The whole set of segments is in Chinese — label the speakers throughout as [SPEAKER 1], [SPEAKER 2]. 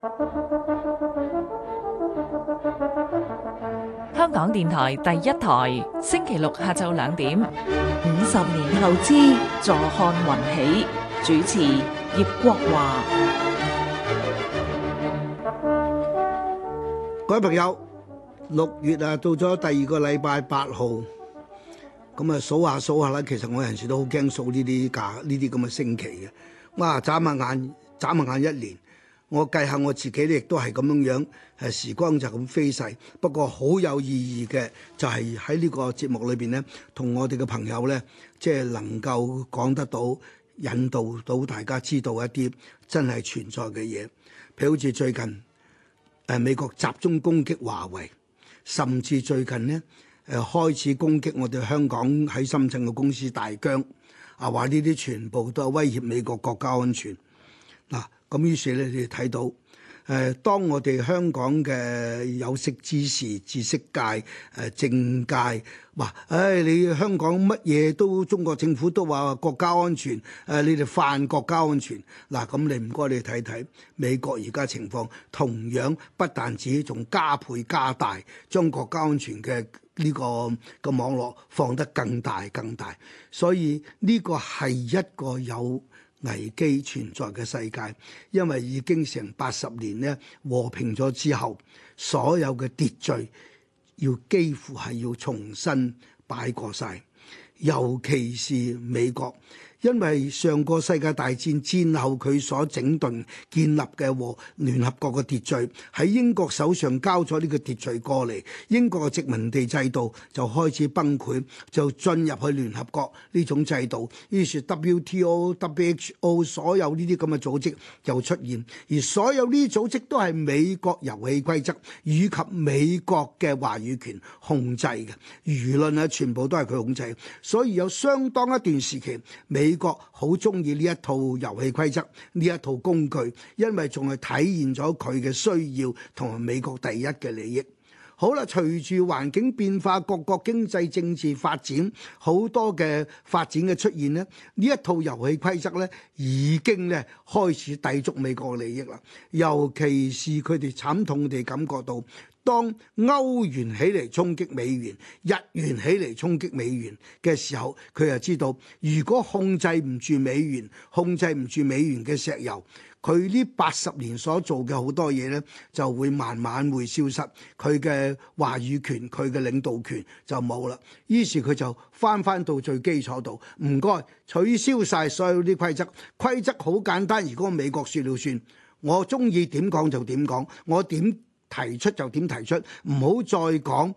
[SPEAKER 1] 香港電台第一台，星期六下晝2點。
[SPEAKER 2] 50年後之坐看雲起，主持葉國華。
[SPEAKER 3] 各位朋友，6月啊，到咗第二個禮拜8號，咁啊數下啦。其實我有陣時都好驚數呢啲假呢啲咁嘅星期嘅。哇，眨下眼一年，我計下我自己咧，亦都係咁樣樣，時光就咁飛逝。不過好有意義嘅就係喺呢個節目裏邊咧，同我哋嘅朋友咧，即係能夠講得到，引導到大家知道一啲真係存在嘅嘢，譬如好似最近。美國集中攻擊華為，甚至最近呢開始攻擊我哋香港喺深圳嘅公司大疆，話呢啲全部都係威脅美國國家安全。嗱，咁於是咧，你哋睇到當我哋香港嘅有識之士、知識界、政界話，你香港乜嘢都中國政府都話國家安全，你哋犯國家安全。嗱，咁你唔該你睇睇美國而家情況，同樣不但止，仲加倍加大，將國家安全嘅呢個網絡放得更大更大。所以呢個係一個有危機存在嘅世界，因為已經成80年咧和平咗之後，所有嘅秩序要幾乎係要重新擺過晒，尤其是美國，因為上個世界大戰戰後佢所整頓建立嘅和聯合國嘅秩序喺英國手上交咗呢個秩序過嚟，英國嘅殖民地制度就開始崩潰，就進入去聯合國呢種制度，於是 WTO、WHO 所有呢啲咁嘅組織就出現，而所有呢啲組織都係美國遊戲規則以及美國嘅話語權控制嘅，輿論啊全部都係佢控制，所以有相當一段時期美國好中意呢一套遊戲規則，呢一套工具，因為仲係體現咗佢嘅需要同埋美國第一嘅利益。好啦，隨住環境變化，各國經濟政治發展，好多嘅發展嘅出現咧，呢一套遊戲規則咧已經咧開始抵觸美國嘅利益啦。尤其是佢哋慘痛地感覺到，當歐元起嚟衝擊美元，日元起嚟衝擊美元嘅時候，佢就知道，如果控制唔住美元，控制唔住美元嘅石油，佢呢80年所做嘅好多嘢呢，就會慢慢會消失，佢嘅話語權、佢嘅領導權就冇啦。於是佢就翻到最基礎度，唔該取消晒所有啲規則。規則好簡單，如果美國說了算，我中意點講就點講，我點提出就點提出，唔好再講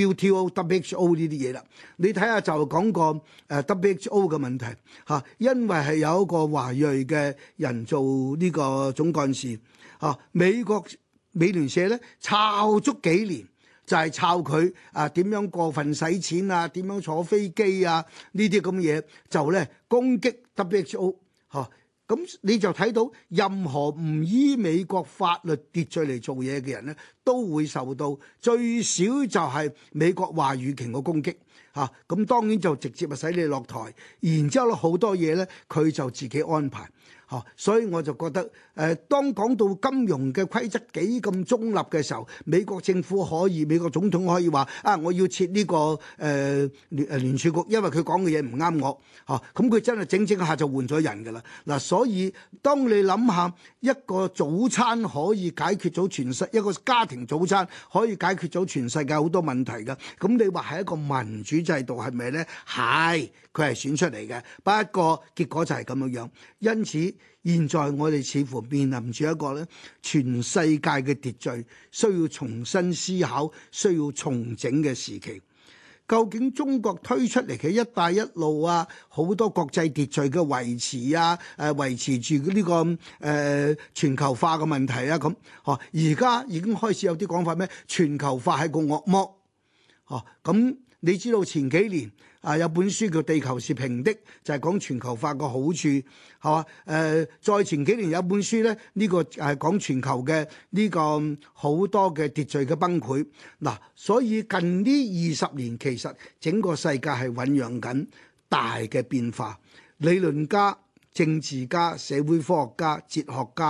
[SPEAKER 3] WTO、WHO 呢啲嘢啦。你睇下就講個WHO 嘅問題嚇，因為係有一個華裔嘅人做呢個總幹事嚇，美聯社咧抄足幾年，就係抄佢點樣過分使錢啊，點樣坐飛機啊呢啲咁嘢，就咧攻擊 WHO 嚇。咁你就睇到任何唔依美國法律秩序嚟做嘢嘅人咧，都會受到最少就係美國話語權嘅攻擊嚇。咁當然就直接使你落台，然之後好多嘢咧佢就自己安排嚇。所以我就覺得當講到金融嘅規則幾咁中立嘅時候，美國政府可以，美國總統可以話我要撤呢個聯儲局，因為佢講嘅嘢唔啱我嚇。咁佢真係整下就換咗人㗎啦嗱。所以當你諗下一個早餐可以解決咗一個家庭早餐可以解決咗全世界好多問題㗎，咁你話係一個民主制度係咪呢？係，佢係選出嚟嘅，不過結果就係咁樣樣。因此現在我哋似乎面臨住一個咧全世界嘅秩序需要重新思考、需要重整嘅時期。究竟中國推出嚟嘅一帶一路啊，好多國際秩序嘅維持啊，維持住呢個全球化嘅問題啊，咁而家已經開始有啲講法咩？全球化係個惡魔，咁你知道前幾年有本書叫《地球是平的》，就係講全球化個好處，係嘛？再前幾年有本書咧，呢個係講全球嘅呢個好多嘅秩序嘅崩潰。嗱，所以近呢20年其實整個世界係醖釀緊大嘅變化。理論家、政治家、社會科學家、哲學家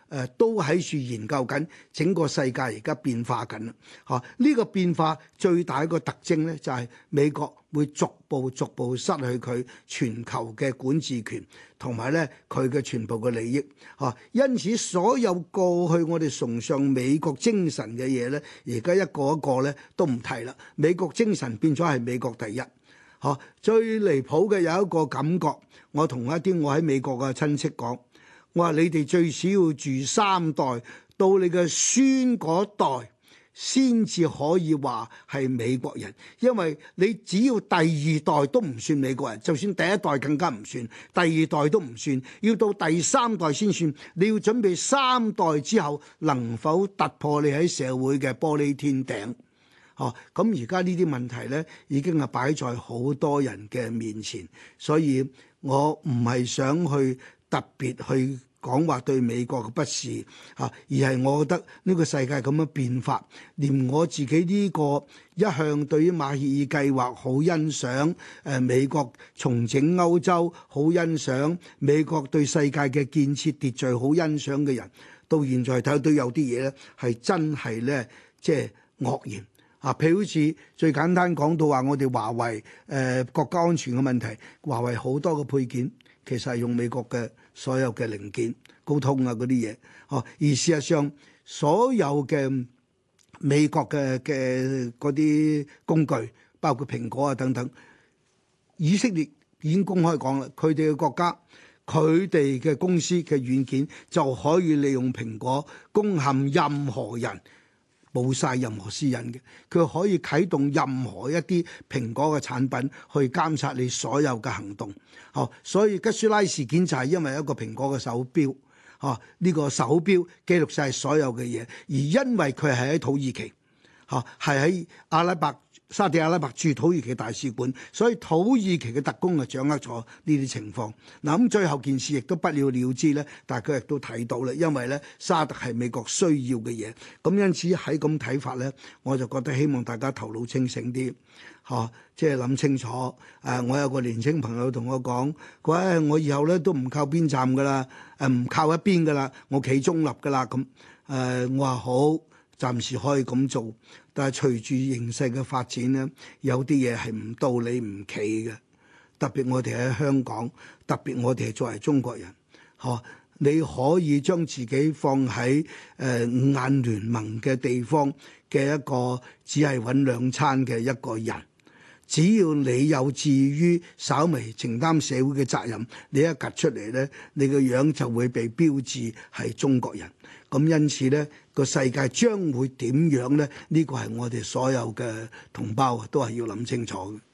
[SPEAKER 3] 都喺處研究緊整個世界而家變化緊啦。呢個變化最大一個特徵呢，就係美國會逐步失去佢全球嘅管治權，同埋呢佢嘅全部嘅利益。因此所有過去我哋崇尚美國精神嘅嘢呢，而家一個一個呢都唔提啦。美國精神變咗係美國第一。最離譜嘅有一個感覺，我同一啲我喺美國嘅親戚講，我話你哋最少要住3代，到你嘅孫嗰代先至可以話係美國人，因為你只要第2代都唔算美國人，就算第1代更加唔算，第2代都唔算，要到第3代先算。你要準備3代之後能否突破你喺社會嘅玻璃天頂。咁而家呢啲問題呢，已經係擺在好多人嘅面前，所以我唔係想去特別去講話對美國嘅不是，而係我覺得呢個世界咁樣變法，連我自己呢個一向對於馬歇爾計劃好欣賞，美國重整歐洲好欣賞，美國對世界嘅建設秩序好欣賞嘅人，到現在睇到有啲嘢呢係真係呢，即係愕然。譬如好似最簡單講到話，我哋華為國家安全嘅問題，華為好多個配件其實係用美國嘅所有嘅零件、高通啊嗰啲嘢。而事實上，所有嘅美國嘅嗰啲工具，包括蘋果啊等等，以色列已經公開講啦，佢哋嘅國家、佢哋嘅公司嘅軟件就可以利用蘋果攻陷任何人。冇晒任何私隱嘅，佢可以啟動任何一啲蘋果嘅產品去監察你所有嘅行動。所以吉舒拉事件就係因為一個蘋果嘅手錶，呢個手錶記錄晒所有嘅嘢，而因為佢係喺土耳其，係喺沙地阿拉伯駐土耳其大使館，所以土耳其嘅特工就掌握咗呢啲情況。咁最後件事亦都不了了之咧，但係佢亦都睇到啦，因為咧沙特係美國需要嘅嘢。咁因此喺咁睇法咧，我就覺得希望大家頭腦清醒啲，即係諗清楚。我有個年輕朋友同我講，佢話我以後咧都唔靠邊站噶啦，唔靠一邊噶啦，我企中立噶啦。咁我話好。暫時可以咁做，但係隨住形勢嘅發展呢，有啲嘢係唔到你唔企嘅。特別我哋喺香港，特別我哋係作為中國人，你可以將自己放喺五眼聯盟嘅地方嘅一個只係揾2餐嘅一個人，只要你有志於稍微承擔社會嘅責任，你一趌出嚟呢，你個樣就會被標誌係中國人。咁因此呢個世界將會點樣呢？呢個係我哋所有嘅同胞都係要諗清楚嘅。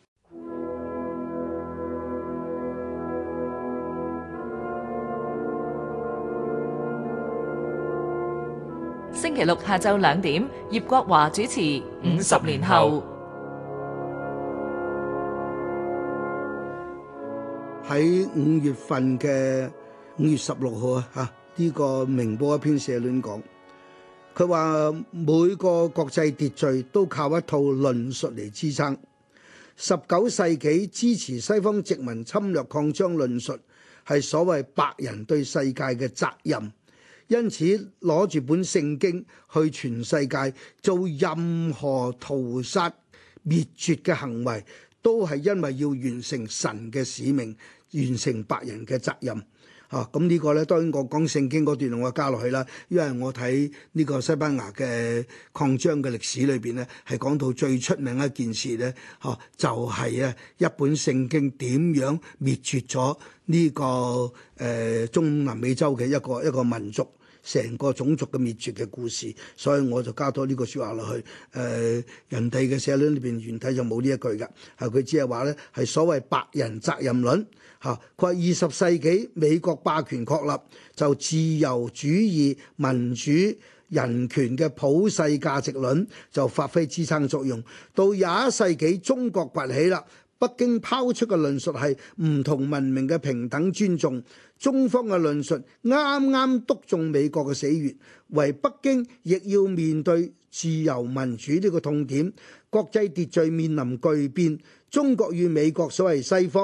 [SPEAKER 1] 星期六下晝2點，葉國華主持《50年後》。
[SPEAKER 3] 喺5月份嘅5月16號呢個明報一篇社論講，佢話每個國際秩序都靠一套論述嚟支撐。19世紀支持西方殖民侵略擴張論述係所謂白人對世界嘅責任，因此攞住本聖經去全世界做任何屠殺滅絕嘅行為，都係因為要完成神嘅使命，完成白人嘅責任。咁呢個呢，當然我講聖經嗰段我加落去啦，因為我睇呢個西班牙嘅擴張嘅歷史裏邊呢，係講到最出名一件事呢，就係一本聖經點樣滅絕咗呢個中南美洲嘅一個民族，成個種族嘅滅絕嘅故事，所以我就加多呢個説話落去。人哋嘅社論裏邊原體就冇呢一句㗎，佢只係話呢係所謂白人責任論。佢話20世紀美國霸權確立，就自由主義、民主、人權嘅普世價值論就發揮支撐作用。到21世紀中國崛起啦，北京拋出嘅論述係唔同文明嘅平等尊重，中方嘅論述啱啱篤中美國嘅死穴，為北京亦要面對自由民主呢個痛點。國際秩序面臨巨變，中國與美國所謂西方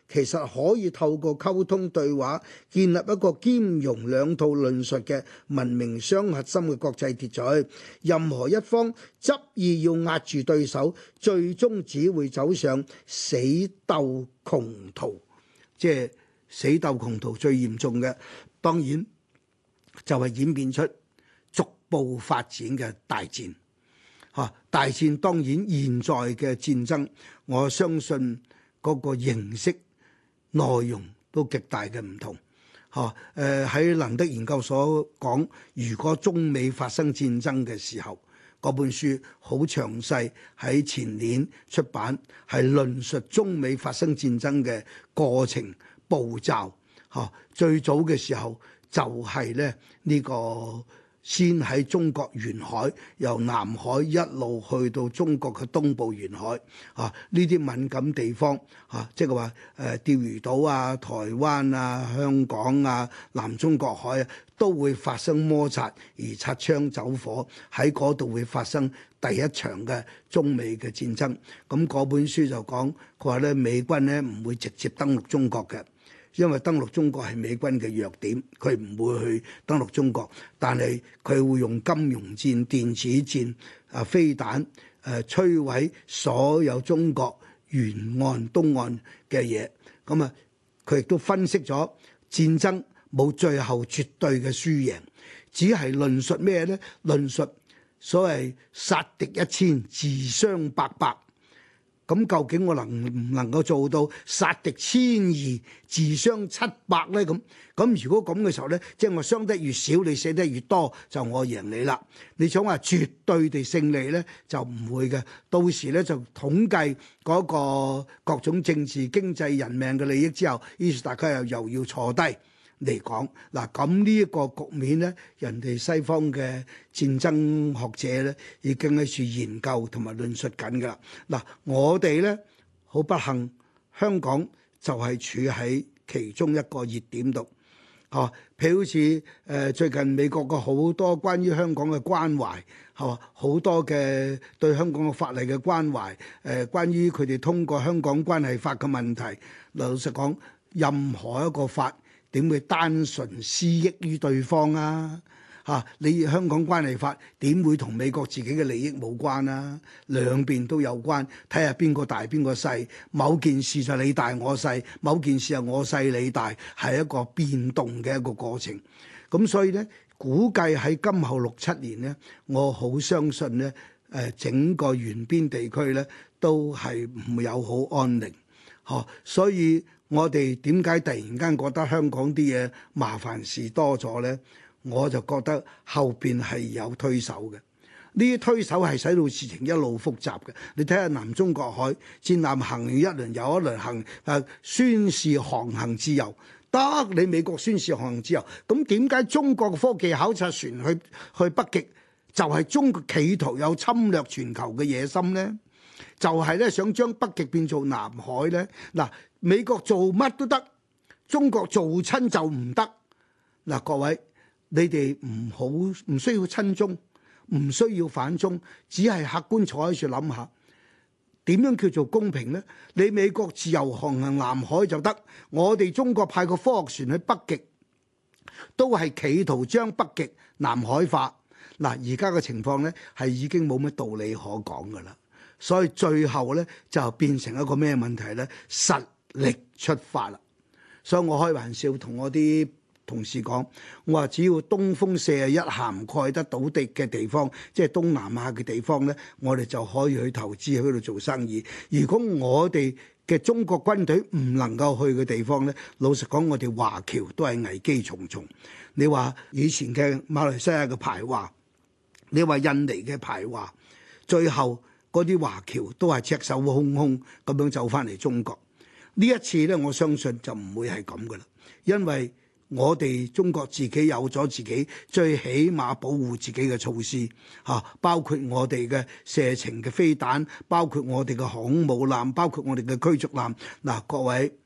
[SPEAKER 3] 其實可以透過溝通對話，建立一個兼容兩套論述嘅文明雙核心嘅國際秩序。任何一方執意要壓住對手，最終只會走上死鬥窮途。即係死鬥窮途最嚴重嘅，當然就係演變出逐步發展嘅大戰。大戰當然現在嘅戰爭，我相信嗰個形式內容都極大嘅唔同。喺能德研究所講，如果中美發生戰爭嘅時候，嗰本書好詳細，喺前年出版，係論述中美發生戰爭嘅過程步驟。最早嘅時候就係咧呢個。先喺中國沿海，由南海一路去到中國嘅東部沿海，呢啲敏感地方，即係話釣魚島啊、台灣啊、香港啊、南中國海啊，都會發生摩擦而擦槍走火，喺嗰度會發生第一場嘅中美嘅戰爭。咁嗰本書就講，佢話咧美軍咧唔會直接登陸中國嘅。因為登陸中國係美軍嘅弱點，佢唔會去登陸中國，但係佢會用金融戰、電子戰、飛彈摧毀所有中國沿岸東岸嘅嘢。咁啊，佢亦都分析咗戰爭冇最後絕對嘅輸贏，只係論述咩呢？論述所謂殺敵1000，自傷800。咁究竟我能唔能夠做到殺敵1200，自傷700呢？咁如果咁嘅時候呢，即係我傷得越少，你死得越多，就我贏你啦。你想話絕對地勝利呢，就唔會嘅。到時呢，就統計嗰個各種政治、經濟、人命嘅利益之後，於是大家又要坐低嚟講嗱，咁呢一個局面呢，人哋西方嘅戰爭學者呢已經喺處研究同埋論述緊㗎啦。嗱，我哋呢好不幸，香港就係處喺其中一個熱點度。譬如好似最近美國嘅好多關於香港嘅關懷，好多嘅對香港嘅法例嘅關懷，關於佢哋通過香港關係法嘅問題。老實講，任何一個法，點會單純私益於對方啊？你香港關係法點會同美國自己嘅利益冇關啊？兩邊都有關，睇下邊個大邊個細。某件事就你大我細，某件事係我細你大，係一個變動嘅一個過程。咁所以呢，估計喺今後6、7年呢，我好相信呢，整個沿邊地區呢都係唔會有好安寧。所以我哋點解突然間覺得香港啲嘢麻煩事多咗呢？我就覺得後邊係有推手嘅，呢啲推手係使到事情一路複雜嘅。你睇下南中國海戰艦行完一輪又一輪行，宣示航行自由，得你美國宣示航行自由，咁點解中國嘅科技考察船去北極就係中國企圖有侵略全球嘅野心呢？就係咧想將北極變做南海呢？嗱，美國做乜都得，中國做親就唔得。嗱，各位，你哋唔需要親中，唔需要反中，只係客觀坐喺處諗下，點樣叫做公平呢？你美國自由航行南海就得，我哋中國派個科學船去北極，都係企圖將北極南海化。嗱，而家嘅情況呢，係已經冇乜道理可講㗎啦。所以最後呢，就變成一個咩問題呢？實力出發啦。所以我開玩笑同我啲同事講，我話只要東風41涵蓋得到嘅地方，即係東南亞嘅地方呢，我哋就可以去投資喺度做生意。如果我哋嘅中國軍隊唔能夠去嘅地方呢，老實講，我哋華僑都係危機重重。你話以前嘅馬來西亞嘅排華，你話印尼嘅排華，最後嗰啲華僑都係赤手空空咁樣走翻嚟中國。呢一次呢，我相信就唔會係咁噶啦，因為我哋中國自己有咗自己最起碼保護自己嘅措施，包括我哋嘅射程嘅飛彈，包括我哋嘅航母艦，包括我哋嘅驅逐艦。嗱，各位，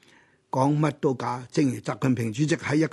[SPEAKER 3] 講乜都假。正如習近平主席喺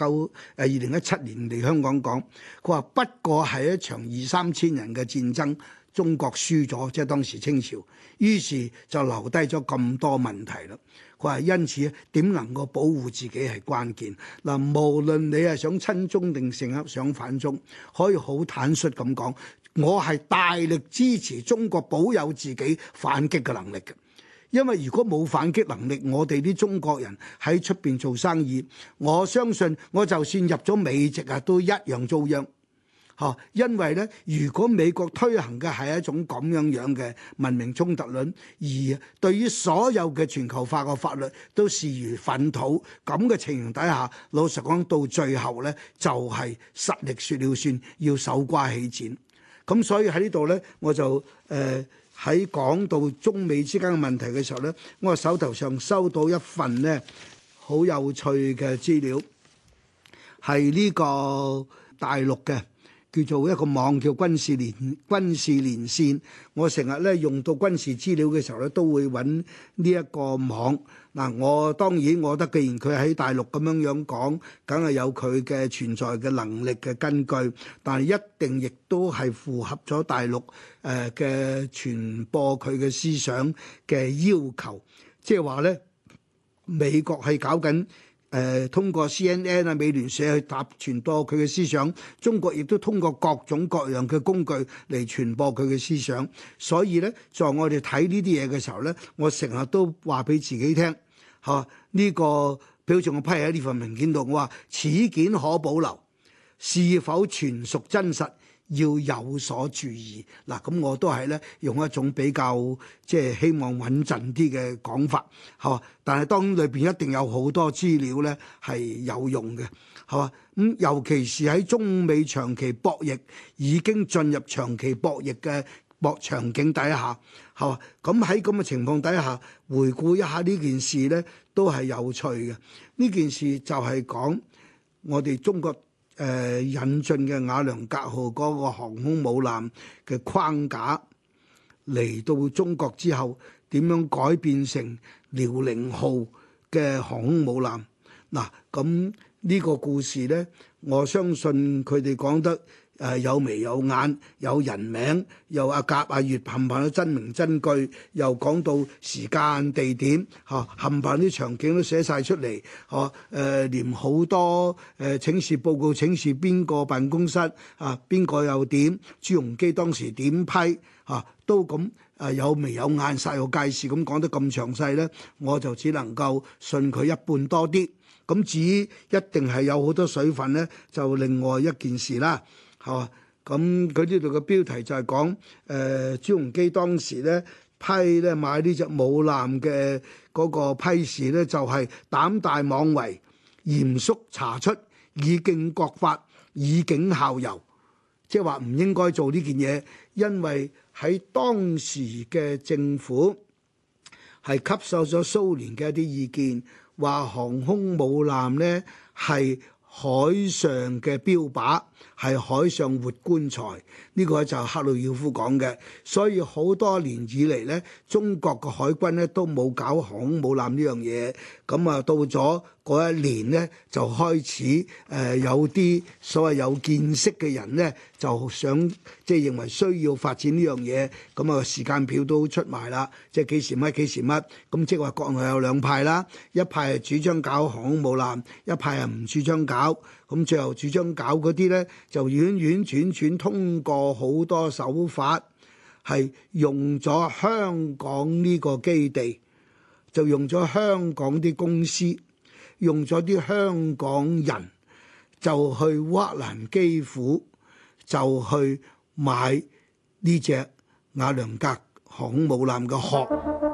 [SPEAKER 3] 2017年嚟香港講，佢話不過係一場2、3千人嘅戰爭，中國輸咗，即係當時清朝，於是就留低咗咁多問題啦。佢話因此點能夠保護自己係關鍵嗱，無論你係想親中定想反中，可以好坦率咁講，我係大力支持中國保有自己反擊嘅能力嘅。因為如果冇反擊能力，我哋啲中國人喺出邊做生意，我相信我就算入咗美籍啊，都一樣遭殃。因為呢，如果美國推行嘅係一種咁樣嘅文明衝突論，而對於所有嘅全球化嘅法律都視如糞土，咁嘅情形底下，老實講到最後呢，就係實力説了算，要手瓜起剪。咁所以喺呢度呢，我就喺講到中美之間嘅問題嘅時候呢，我手頭上收到一份呢好有趣嘅資料，係呢個大陸嘅。叫做一個網叫軍事連線，我成日咧用到軍事資料嘅時候咧，都會揾呢一個網。嗱，我當然我覺得，既然佢喺大陸咁樣講，梗係有佢嘅存在嘅能力嘅根據，但係一定亦都係符合咗大陸嘅傳播佢嘅思想嘅要求，即係話咧，美國係搞緊。通過 CNN 啊、美聯社去傳播佢嘅思想，中國亦都通過各種各樣嘅工具嚟傳播佢嘅思想。所以呢，在我哋睇呢啲嘢嘅時候呢，我成日都話俾自己聽，呢個譬如好似我批喺呢份文件度，我話此件可保留，是否全屬真實，要有所注意。嗱，咁我都係咧用一種比較即係希望穩陣啲嘅講法，係嘛？但係當裏邊一定有好多資料咧係有用嘅，係嘛？咁尤其是喺中美長期博弈已經進入長期博弈嘅場景底下，係嘛？咁喺咁嘅情況底下，回顧一下呢件事咧，都係有趣嘅。呢件事就係講我哋中國引進嘅瓦良格號嗰個航空母艦嘅框架嚟到中國之後，點樣改變成遼寧號嘅航空母艦？嗱，咁呢個故事呢，我相信佢哋講得有眉有眼，有人名，又阿甲阿乙冚唪唥都真名真句，又講到時間地點，冚唪唥啲場景都寫晒出嚟，連好多請示報告請示邊個辦公室啊，邊個又點，朱鎔基當時點批都咁有眉有眼晒個介紹，咁講得咁詳細呢，我就只能夠信佢一半多啲。咁至於一定係有好多水分呢，就另外一件事啦。咁佢呢度嘅標題就係講朱鎔基當時咧批咧買呢隻母艦嘅嗰個批示咧，就係膽大妄為，嚴肅查出，以敬國法，以儆效尤，即係話唔應該做呢件嘢，因為喺當時嘅政府係吸收咗蘇聯嘅一啲意見，話航空母艦咧係海上嘅標靶，係海上活棺材，呢個就係赫魯曉夫講嘅。所以好多年以嚟呢，中國嘅海軍呢都冇搞航空母艦呢樣嘢。咁啊，到咗嗰一年呢，就開始有啲所謂有見識嘅人呢，就想即係認為需要發展呢樣嘢。咁啊，時間表都出埋啦，即係幾時乜幾時乜。咁即係話國內有兩派啦，一派係主張搞航空母艦，一派係唔主張搞。咁最後主張搞嗰啲呢，就婉婉轉轉通過好多手法，係用咗香港呢個基地，就用咗香港啲公司，用咗啲香港人，就去烏克蘭基輔，就去買呢隻瓦良格航空母艦嘅殼。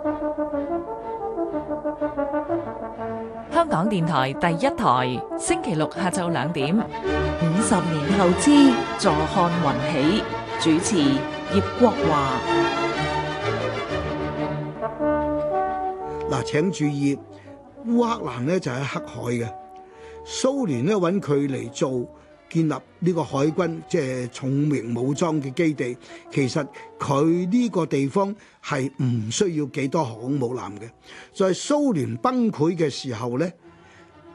[SPEAKER 1] 香港電台第一台，星期六下晝2點。
[SPEAKER 2] 50年後之坐看雲起，主持葉國華。
[SPEAKER 3] 嗱，請注意，烏克蘭呢就喺黑海嘅，蘇聯呢揾佢嚟做建立呢個海軍即係重型武裝嘅基地。其實佢呢個地方係唔需要幾多航空母艦嘅。在蘇聯崩潰嘅時候呢，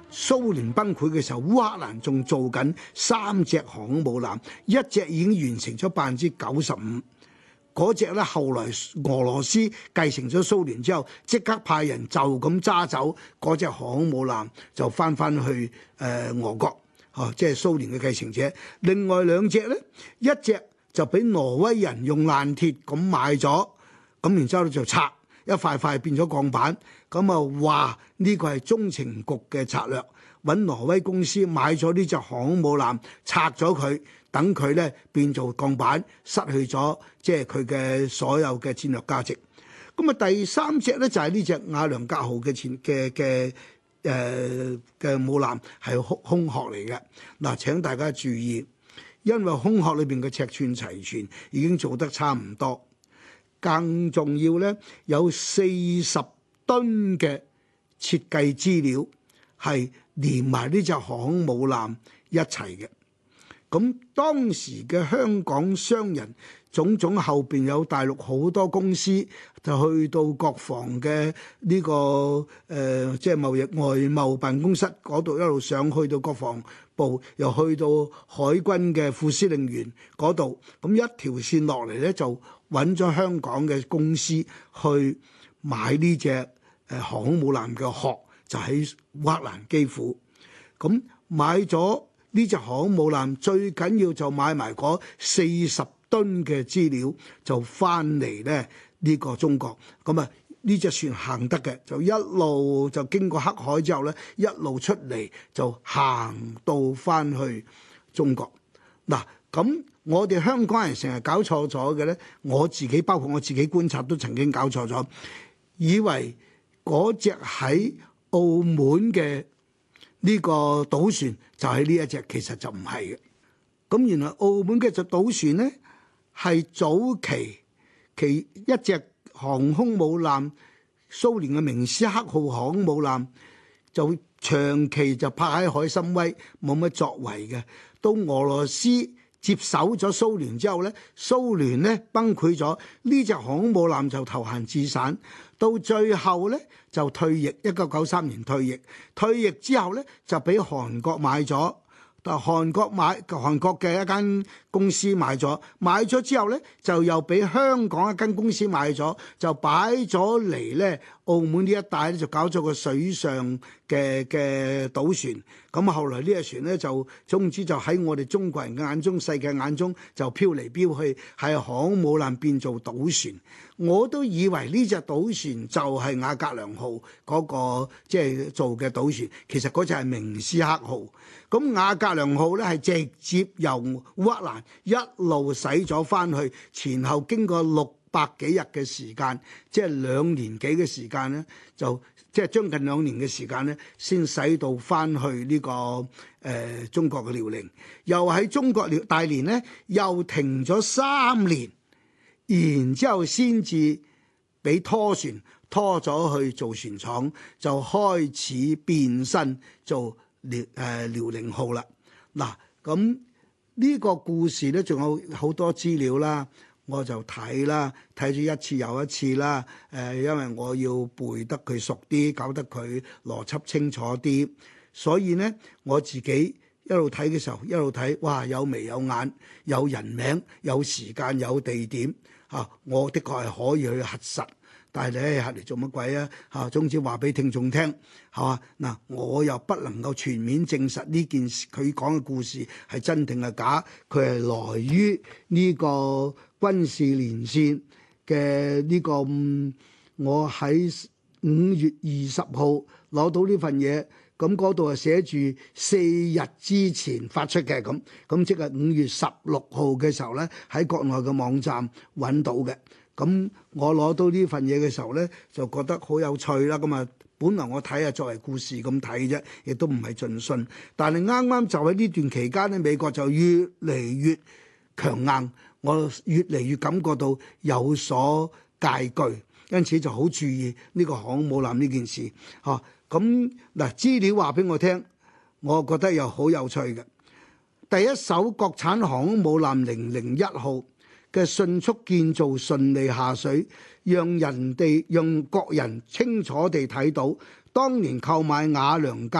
[SPEAKER 3] 蘇聯崩潰嘅時候，烏克蘭仲做緊3隻航空母艦，一隻已經完成咗95%。嗰隻咧，後來俄羅斯繼承咗蘇聯之後，即刻派人就咁揸走嗰隻航空母艦，就翻去俄國，即係蘇聯嘅繼承者。另外2隻咧，一隻就俾挪威人用爛鐵咁買咗，咁然之後咧就拆一塊塊變咗鋼板，咁啊話呢個係中情局嘅策略，揾挪威公司買咗呢隻航空母艦，拆咗佢。等佢咧變做鋼板，失去咗即係佢嘅所有嘅戰略價值。咁啊，第3隻咧就係呢隻瓦良格號嘅母艦係空殼嚟嘅。嗱，請大家注意，因為空殼裏邊嘅尺寸齊全，已經做得差唔多。更重要咧，有40噸嘅設計資料係連埋呢隻航空母艦一齊嘅。咁當時嘅香港商人種種後邊有大陸好多公司，就去到國防嘅呢個即係貿易外貿辦公室嗰度一路上去到國防部，又去到海軍嘅副司令員嗰度，咁一條線落嚟咧，就揾咗香港嘅公司去買呢隻航空母艦嘅殼，就喺烏克蘭基輔。咁買咗呢隻航空母艦，最緊要就買埋嗰40噸嘅資料，就翻嚟咧呢個中國。咁啊，呢隻船行得嘅，就一路就經過黑海之後咧，一路出嚟就行到翻去中國。嗱，咁我哋香港人成日搞錯咗嘅咧，我自己包括我自己觀察都曾經搞錯咗，以為嗰隻喺澳門嘅呢個賭船就係呢一隻，其實就唔係嘅。咁原來澳門嘅隻賭船呢，係早期一隻航空母艦，蘇聯嘅明斯克號航空母艦，就長期就泊喺海參崴，冇乜作為嘅。到俄羅斯接手咗蘇聯之後呢，蘇聯呢崩潰咗，呢隻航空母艦就投閒置散。到最後呢，就退役，1993年退役。退役之後呢，就俾韓國買咗，但韓國嘅一間公司買咗之後呢，就又俾香港一間公司買咗，就擺咗嚟呢澳門呢一帶咧，就搞咗個水上嘅賭船。咁後來呢隻船呢，就總之就喺我哋中國人嘅眼中、世界眼中就飄嚟飄去，係航空母艦變做賭船。我都以為呢隻賭船就係瓦格良號嗰個即係做嘅賭船，其實嗰隻係明斯克號。咁瓦格良號咧係直接由烏克蘭一路駛咗翻去，前後經過600幾日嘅時間，即係2年幾嘅時間咧，就即係將近2年嘅時間咧，先駛到翻去呢個中國嘅遼寧，又喺中國大連咧又停咗3年。然之後先至俾拖船拖咗去做船廠，就開始變身做遼寧號啦。嗱，咁呢個故事咧，仲有好多資料啦，我就睇咗一次又一次啦。因為我要背得佢熟啲，搞得佢邏輯清楚啲，所以呢，我自己一路睇嘅時候，一路睇，哇，有眉有眼，有人名，有時間，有地點。我的確係可以去核實，但係你核嚟做乜鬼啊？總之話俾聽眾聽，係嘛？嗱，我又不能夠全面證實呢件事，佢講嘅故事係真定係假，佢係來於呢個軍事連線嘅呢個，我喺5月20號攞到呢份嘢。咁嗰度係寫住4日之前發出嘅，咁即係5月16號嘅時候呢，喺國內嘅網站揾到嘅。咁我攞到呢份嘢嘅時候呢，就覺得好有趣啦。咁啊，本來我睇作為故事咁睇啫，亦都唔係盡信。但係啱啱就喺呢段期間呢，美國就越嚟越強硬，我越嚟越感覺到有所戒懼，因此就好注意呢個航空母艦呢件事嚇。咁嗱，資料話俾我聽，我覺得又好有趣嘅。第一艘國產航空母艦001號嘅迅速建造、順利下水，讓國人清楚地睇到當年購買瓦良格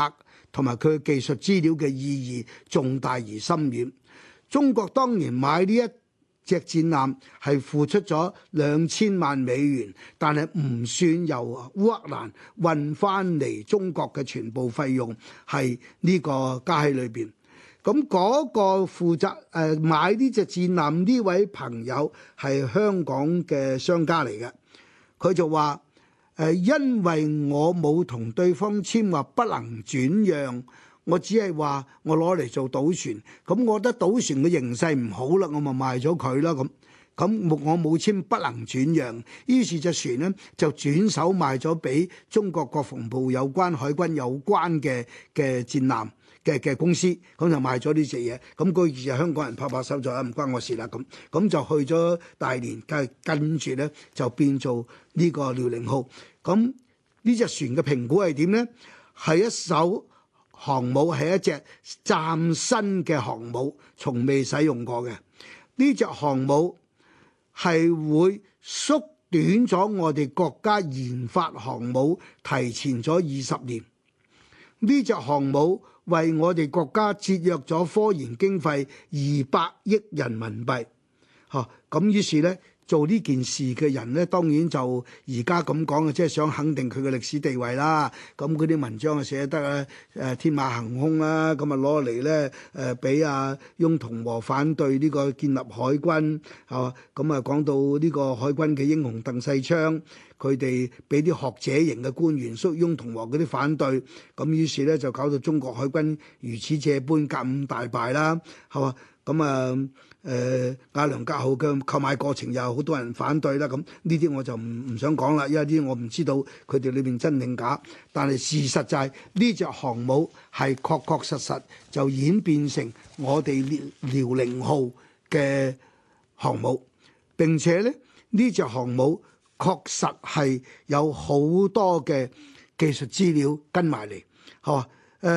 [SPEAKER 3] 同埋佢嘅技術資料嘅意義重大而深遠。中國當年買呢一隻戰艦係付出咗$2000萬，但係唔算由烏克蘭運翻嚟中國嘅全部費用係呢個加喺裏邊。咁嗰個負責買呢隻戰艦呢位朋友係香港嘅商家嚟嘅，佢就話因為我冇同對方簽話不能轉讓。我只係話我攞嚟做賭船，咁我覺得賭船嘅形勢唔好啦，我咪賣咗佢啦咁。我冇簽不能轉讓，於是隻船呢就轉手賣咗俾中國國防部有關海軍有關嘅戰艦嘅公司，咁就賣咗呢隻嘢。咁嗰時香港人拍拍手就唔關我事啦咁就去咗大連，跟住呢就變做呢個遼寧號。咁呢隻船嘅評估係點呢？係一艘航母，係一隻嶄新嘅航母，從未使用過嘅。呢隻航母係會縮短咗我哋國家研發航母提前咗20年。呢隻航母為我哋國家節約咗科研經費200億人民幣。咁於是呢，做呢件事嘅人呢，當然就而家咁講嘅，即係想肯定佢嘅歷史地位啦。咁嗰啲文章啊寫得天馬行空啦，咁啊攞嚟呢俾翁同龢反對呢個建立海軍，係嘛？咁啊講到呢個海軍嘅英雄鄧世昌，佢哋俾啲學者型嘅官員翁同龢嗰啲反對，咁於是呢，就搞到中國海軍如此這般甲午大敗啦，係嘛？咁雅良格號嘅購買過程又有好多人反對啦，咁呢啲我就唔想講啦，因為啲我唔知道佢哋裏邊真定假。但係事實就係呢隻航母係確確實實就演變成我哋遼寧號嘅航母，並且咧呢隻航母確實係有好多嘅技術資料跟埋嚟，係嘛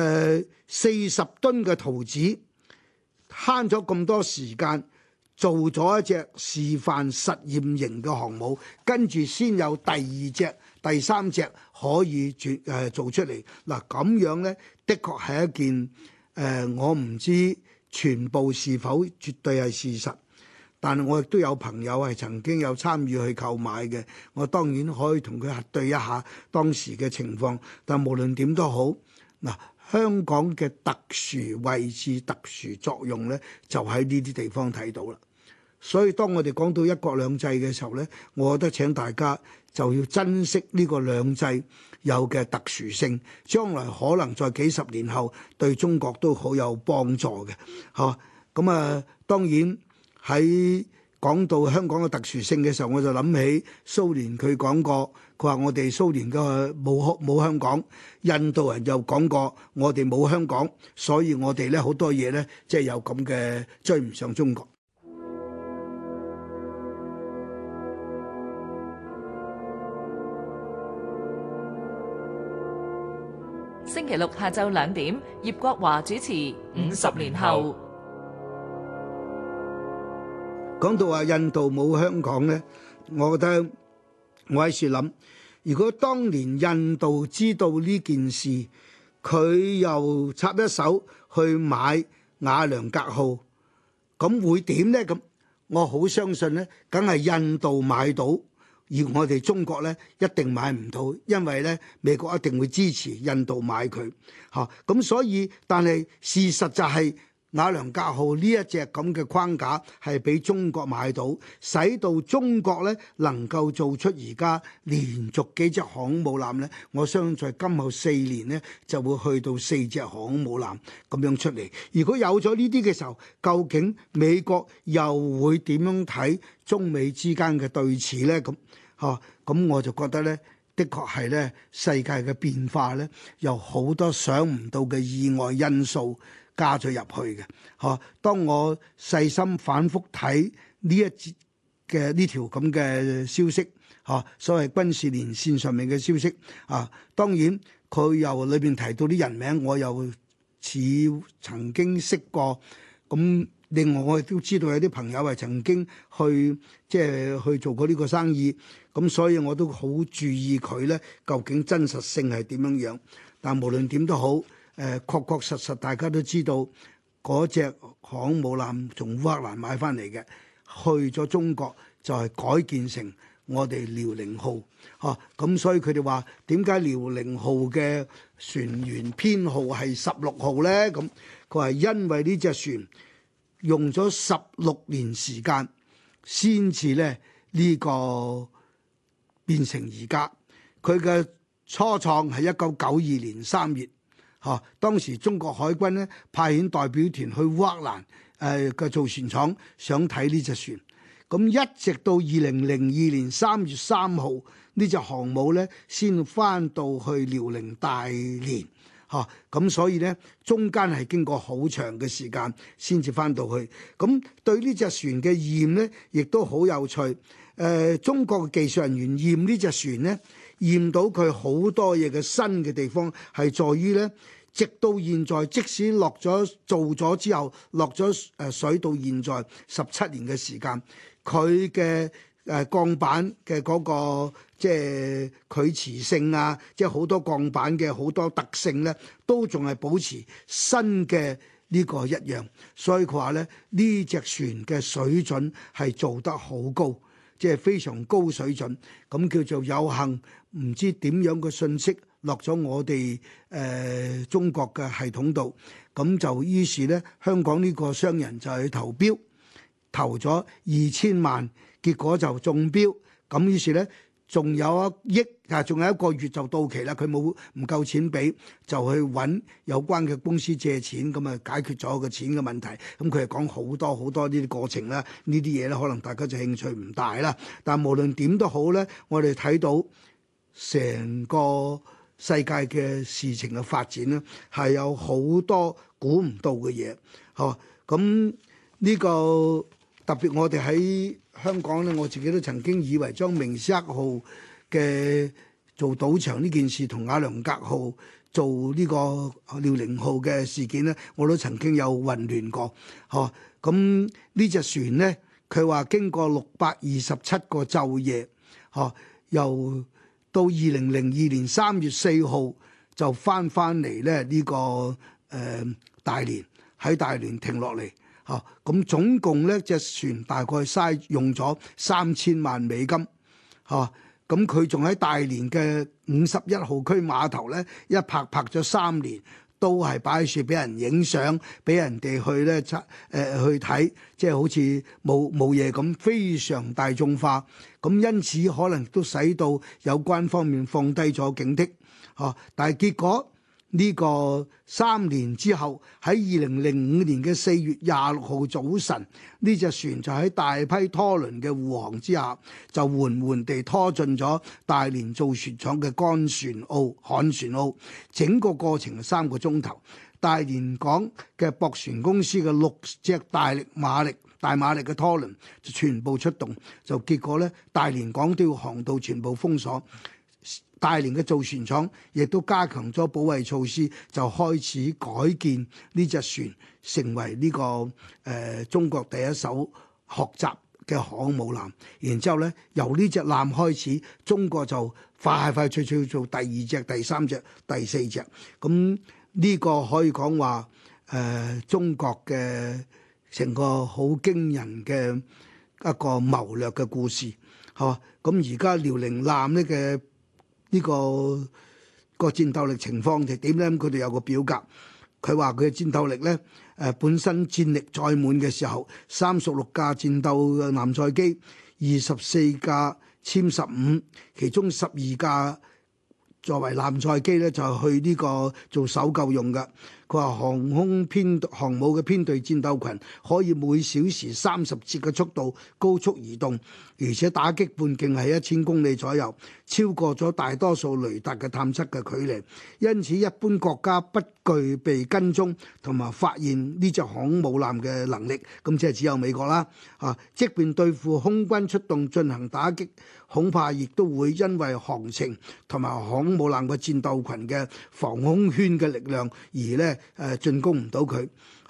[SPEAKER 3] ？40噸嘅圖紙。慳咗咁多時間，做咗一隻示範實驗型嘅航母，跟住先有第二隻、第三隻可以做出嚟。嗱，咁樣呢，的確係一件我唔知全部是否絕對係事實，但係我亦都有朋友係曾經有參與去購買嘅，我當然可以同佢核對一下當時嘅情況。但無論點都好，嗱。香港嘅特殊位置、特殊作用呢，就喺呢啲地方睇到啦。所以當我哋講到一國兩制嘅時候呢，我覺得請大家就要珍惜呢個兩制有嘅特殊性，將來可能在幾十年後對中國都好有幫助嘅。嚇，咁當然喺講到香港嘅特殊性嘅時候，我就諗起蘇聯佢講過，佢話我哋蘇聯嘅冇香港，印度人又講過我哋冇香港，所以我哋咧好多嘢咧即係有咁嘅追唔上中國。
[SPEAKER 1] 星期六下晝2點，葉國華主持《50年後》。
[SPEAKER 3] 講到話印度冇香港呢，我覺得我喺處諗，如果當年印度知道呢件事，佢又插一手去買雅良格號，咁會點呢？咁我好相信呢，梗係印度買到，而我哋中國呢一定買唔到，因為呢美國一定會支持印度買佢嚇。咁所以，但係事實就係。雅良格號呢一隻咁嘅框架係俾中國買到，使到中國呢能夠做出而家連續幾隻航空母艦呢，我相信在今後4年呢就會去到4隻航空母艦咁樣出嚟。如果有咗呢啲嘅時候，究竟美國又會點樣睇中美之間嘅對峙呢？咁我就覺得呢，的確係呢世界嘅變化呢，有好多想唔到嘅意外因素加咗入去嘅，當我細心反覆睇呢一節嘅呢條咁嘅消息，所謂軍事連線上面嘅消息，當然佢又裏邊提到啲人名，我又似曾經識過。咁另外我亦都知道有啲朋友係曾經去做過呢個生意，咁所以我都好注意佢呢究竟真實性係點樣樣。但無論點都好。 確確實實大家都知道嗰隻航空母艦從烏克蘭買翻嚟嘅，去咗中國就係改建成我哋遼寧號，咁所以佢哋話點解遼寧號嘅船員編號係16號呢？咁佢話因為呢隻船用咗16年時間先至咧呢個變成而家。佢嘅初創係1992年3月，當時中國海軍咧派遣代表團去烏克蘭嘅造船廠想睇呢隻船。咁一直到2002年3月3號呢隻航母咧先翻到去遼寧大連，咁所以咧中間係經過好長嘅時間先至翻到去。咁對呢隻船嘅驗咧，亦都好有趣。中國嘅技術人員驗呢隻船咧，驗到佢好多嘢嘅新嘅地方係在於咧，直到現在即使落咗做咗之後落咗水到現在17年嘅時間。佢嘅鋼板嘅嗰個即係佢磁性啊，即係好多鋼板嘅好多特性咧，都仲係保持新嘅呢個一樣。所以佢話咧，呢隻船嘅水準係做得好高，即係非常高水準。咁叫做有幸唔知點樣嘅信息落咗我哋中國嘅系統度，咁就於是咧香港呢個商人就去投標。投咗2000萬，結果就中標。咁於是呢，仲有1億，仲有1個月就到期啦。佢唔夠錢俾，就去揾有關嘅公司借錢，咁啊解決咗個錢嘅問題。咁佢係講好多好多呢啲過程啦，呢啲嘢咧可能大家就興趣唔大啦。但無論點都好呢，我哋睇到成個世界嘅事情嘅發展呢，係有好多估唔到嘅嘢。咁呢個。特別我哋喺香港咧，我自己都曾經以為將明斯克號嘅做賭場呢件事同瓦良格號做呢個遼寧號嘅事件咧，我都曾經有混亂過。咁呢隻船咧，佢話經過627個晝夜，由到2002年3月4號就翻嚟咧呢個大連，喺大連停落嚟。咁總共咧隻船大概用咗3000萬美金，咁佢仲喺大連嘅51號區碼頭咧一拍咗3年，都係擺住俾人影相，俾人哋去咧去睇，即係好似冇嘢咁，非常大眾化。咁因此可能都使到有關方面放低咗警惕，但係結果。呢個3年之後，喺2005年嘅4月26號早晨，呢隻船就喺大批拖輪嘅護航之下，就緩緩地拖進咗大連造船廠嘅幹船澳。整個過程係3個鐘頭。大連港嘅駁船公司嘅6隻大馬力嘅拖輪就全部出動，就結果呢，大連港都要航道全部封鎖。大連嘅造船廠亦都加強咗保衛措施，就開始改建呢隻船，成為呢個中國第一艘學習嘅航空母艦。然之後呢，由呢隻艦開始，中國就快脆做第2隻、第3隻、第4隻。咁呢個可以講話中國嘅成個好驚人嘅一個謀略嘅故事。咁而家遼寧艦呢嘅呢個戰鬥力情況就點咧？佢哋有個表格，佢話佢嘅戰鬥力咧，本身戰力載滿嘅時候，36架戰鬥艦載機，24架殲15，其中12架作為艦載機咧，就去呢個做搜救用嘅。佢話航母嘅編隊戰鬥群可以每小時30節嘅速度高速移動，而且打擊半徑係1000公里左右，超過咗大多數雷達嘅探測嘅距離。因此，一般國家不具備跟蹤同埋發現呢隻航母艦嘅能力，咁即係只有美國啦。即便對付空軍出動進行打擊，恐怕亦都會因為航程同埋航母艦嘅戰鬥群嘅防空圈嘅力量而咧進攻唔到佢。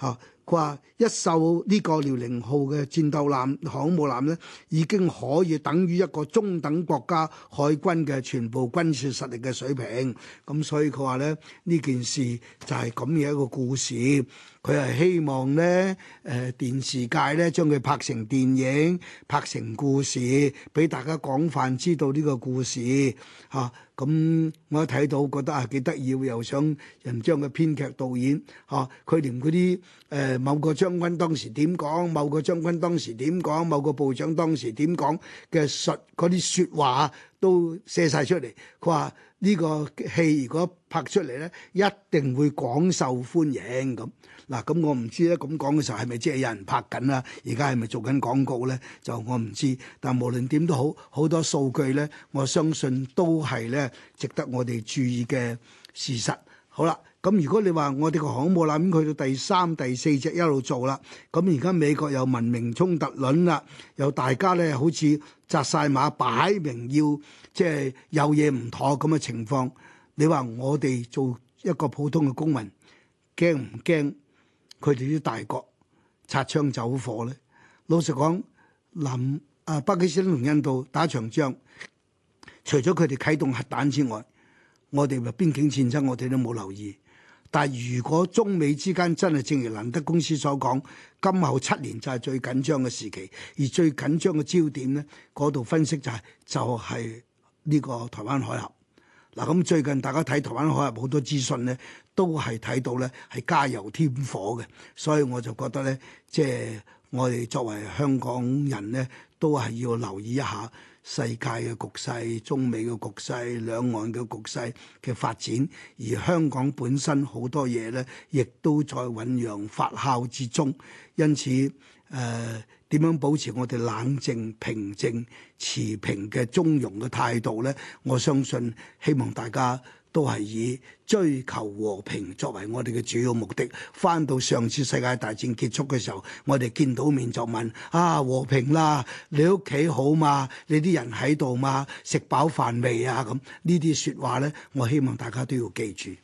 [SPEAKER 3] 嚇。佢話一艘呢個遼寧號嘅戰鬥艦航母艦呢，已經可以等於一個中等國家海軍嘅全部軍事實力嘅水平。咁所以佢話咧，呢件事就係咁嘅一個故事。佢係希望咧電視界咧將佢拍成電影，拍成故事，俾大家廣泛知道呢個故事嚇。咁我一睇到覺得啊幾得意，又想人將個編劇導演嚇，佢連嗰啲某個將軍當時點講，某個將軍當時點講，某個部長當時點講嘅嗰啲説話都寫晒出嚟。佢話呢個戲如果拍出嚟咧，一定會廣受歡迎咁。嗱，咁我唔知咧，咁講嘅時候係咪即係有人拍緊啊？而家係咪做緊廣告咧？就我唔知。但無論點都好，好多數據咧，我相信都係咧值得我哋注意嘅事實。好啦，咁如果你話我哋個航母艦已經去到第3、第4隻一路做啦，咁而家美國有文明衝突論啦，又大家咧好似紮晒馬，擺明要即係有嘢唔妥咁嘅情況，你話我哋做一個普通嘅公民，驚唔驚佢哋啲大國擦槍走火咧？老實講，巴基斯坦同印度打場仗，除咗佢哋啟動核彈之外，我哋嘅邊境戰爭我哋都冇留意。但係如果中美之間真係正如蘭德公司所講，今後7年就係最緊張嘅時期，而最緊張嘅焦點咧，嗰度分析就係呢個台灣海峽。嗱，咁最近大家睇台灣海峽好多資訊咧，都係睇到咧係加油添火嘅，所以我就覺得咧，即係我哋作為香港人咧，都係要留意一下世界嘅局勢、中美嘅局勢、兩岸嘅局勢嘅發展，而香港本身好多嘢咧，亦都在醖釀發酵之中，因此點樣保持我哋冷靜、平靜、持平嘅中庸嘅態度呢？我相信希望大家都係以追求和平作為我哋嘅主要目的。翻到上次世界大戰結束嘅時候，我哋見到面就問：和平啦，你屋企好嘛？你啲人喺度嘛？食飽飯未啊？咁呢啲説話呢，我希望大家都要記住。